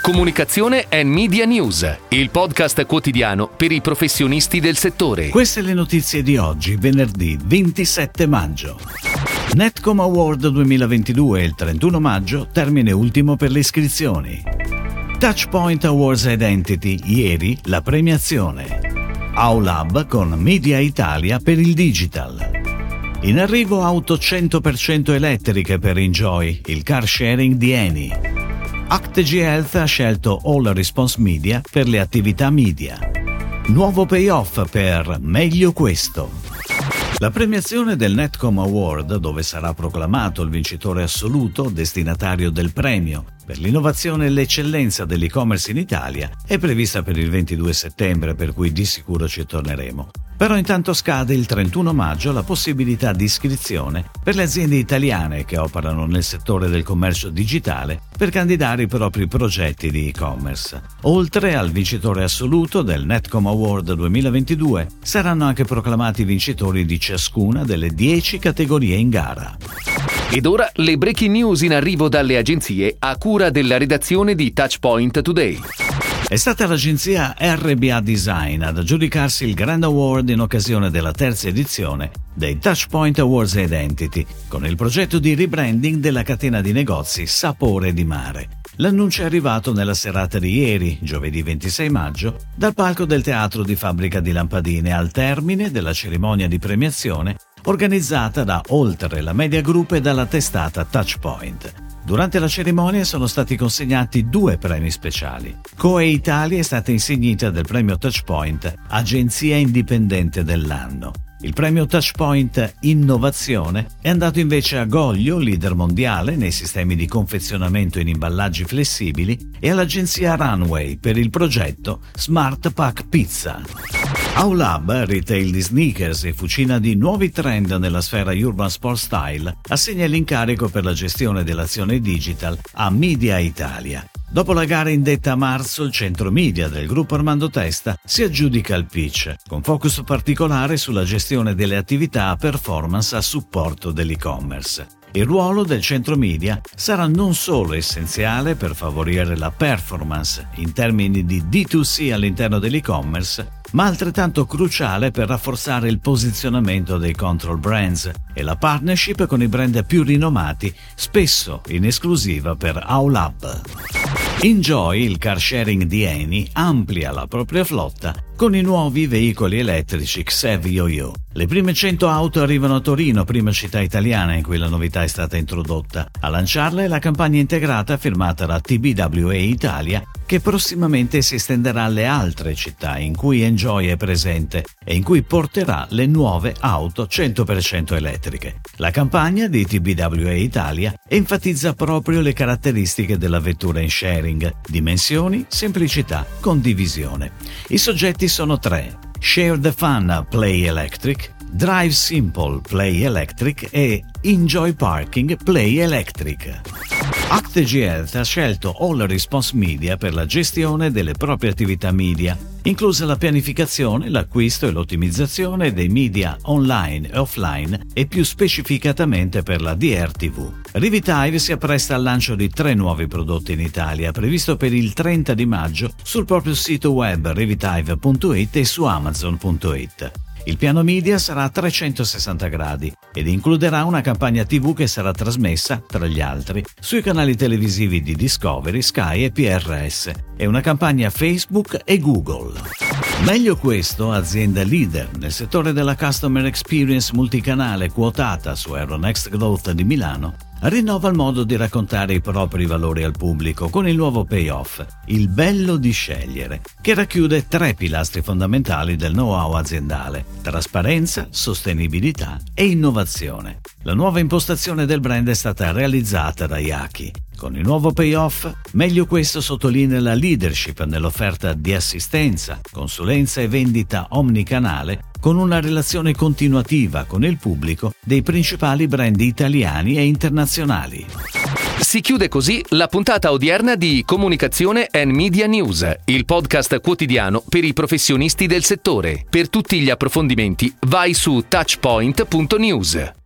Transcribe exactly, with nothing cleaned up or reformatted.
Comunicazione and Media News, il podcast quotidiano per i professionisti del settore. Queste le notizie di oggi, venerdì ventisette maggio. Netcom Award duemilaventidue, il trentuno maggio, termine ultimo per le iscrizioni. Touchpoint Awards Identity, ieri la premiazione. Aulab con Media Italia per il digital. In arrivo auto cento per cento elettriche per Enjoy, il car sharing di Eni. ActG Health ha scelto All Response Media per le attività media. Nuovo payoff per Meglio Questo. La premiazione del Netcom Award, dove sarà proclamato il vincitore assoluto, destinatario del premio per l'innovazione e l'eccellenza dell'e-commerce in Italia, è prevista per il ventidue settembre, per cui di sicuro ci torneremo. Però intanto scade il trentuno maggio la possibilità di iscrizione per le aziende italiane che operano nel settore del commercio digitale per candidare i propri progetti di e-commerce. Oltre al vincitore assoluto del Netcom Award duemilaventidue, saranno anche proclamati i vincitori di ciascuna delle dieci categorie in gara. Ed ora le breaking news in arrivo dalle agenzie a cura della redazione di Touchpoint Today. È stata l'agenzia R B A Design ad aggiudicarsi il Grand Award in occasione della terza edizione dei Touchpoint Awards Identity, con il progetto di rebranding della catena di negozi Sapore di Mare. L'annuncio è arrivato nella serata di ieri, giovedì ventisei maggio, dal palco del Teatro di Fabbrica di Lampadine, al termine della cerimonia di premiazione organizzata da Oltre la Media Group e dalla testata Touchpoint. Durante la cerimonia sono stati consegnati due premi speciali. Coe Italia è stata insignita del premio Touchpoint Agenzia Indipendente dell'anno. Il premio Touchpoint Innovazione è andato invece a Goglio, leader mondiale nei sistemi di confezionamento in imballaggi flessibili, e all'agenzia Runway per il progetto Smart Pack Pizza. Aulab, retail di sneakers e fucina di nuovi trend nella sfera urban sport style, assegna l'incarico per la gestione dell'azione digital a Media Italia. Dopo la gara indetta a marzo, il centro media del gruppo Armando Testa si aggiudica il pitch, con focus particolare sulla gestione delle attività a performance a supporto dell'e-commerce. Il ruolo del centro media sarà non solo essenziale per favorire la performance in termini di D due C all'interno dell'e-commerce, ma altrettanto cruciale per rafforzare il posizionamento dei control brands e la partnership con i brand più rinomati, spesso in esclusiva per Aulab. Enjoy, il car sharing di Eni, amplia la propria flotta con i nuovi veicoli elettrici Xev Yo-Yo. Le prime cento auto arrivano a Torino, prima città italiana in cui la novità è stata introdotta. A lanciarla è la campagna integrata firmata da T B W A Italia, che prossimamente si estenderà alle altre città in cui Enjoy è presente e in cui porterà le nuove auto cento per cento elettriche. La campagna di T B W A Italia enfatizza proprio le caratteristiche della vettura in sharing: dimensioni, semplicità, condivisione. I soggetti sono tre: Share the Fun Play Electric, Drive Simple Play Electric e Enjoy Parking Play Electric. ActG Health ha scelto All Response Media per la gestione delle proprie attività media, inclusa la pianificazione, l'acquisto e l'ottimizzazione dei media online e offline e più specificatamente per la D R T V. Revitive si appresta al lancio di tre nuovi prodotti in Italia, previsto per il trenta di maggio sul proprio sito web revitive punto it e su amazon punto it. Il piano media sarà a trecentosessanta gradi ed includerà una campagna tivù che sarà trasmessa, tra gli altri, sui canali televisivi di Discovery, Sky e P R S, e una campagna Facebook e Google. Meglio Questo, azienda leader nel settore della customer experience multicanale quotata su Euronext Growth di Milano, rinnova il modo di raccontare i propri valori al pubblico con il nuovo payoff, il bello di scegliere, che racchiude tre pilastri fondamentali del know-how aziendale: trasparenza, sostenibilità e innovazione. La nuova impostazione del brand è stata realizzata da Yaki. Con il nuovo payoff, Meglio Questo sottolinea la leadership nell'offerta di assistenza, consulenza e vendita omnicanale, con una relazione continuativa con il pubblico dei principali brand italiani e internazionali. Si chiude così la puntata odierna di Comunicazione and Media News, il podcast quotidiano per i professionisti del settore. Per tutti gli approfondimenti vai su touchpoint punto news.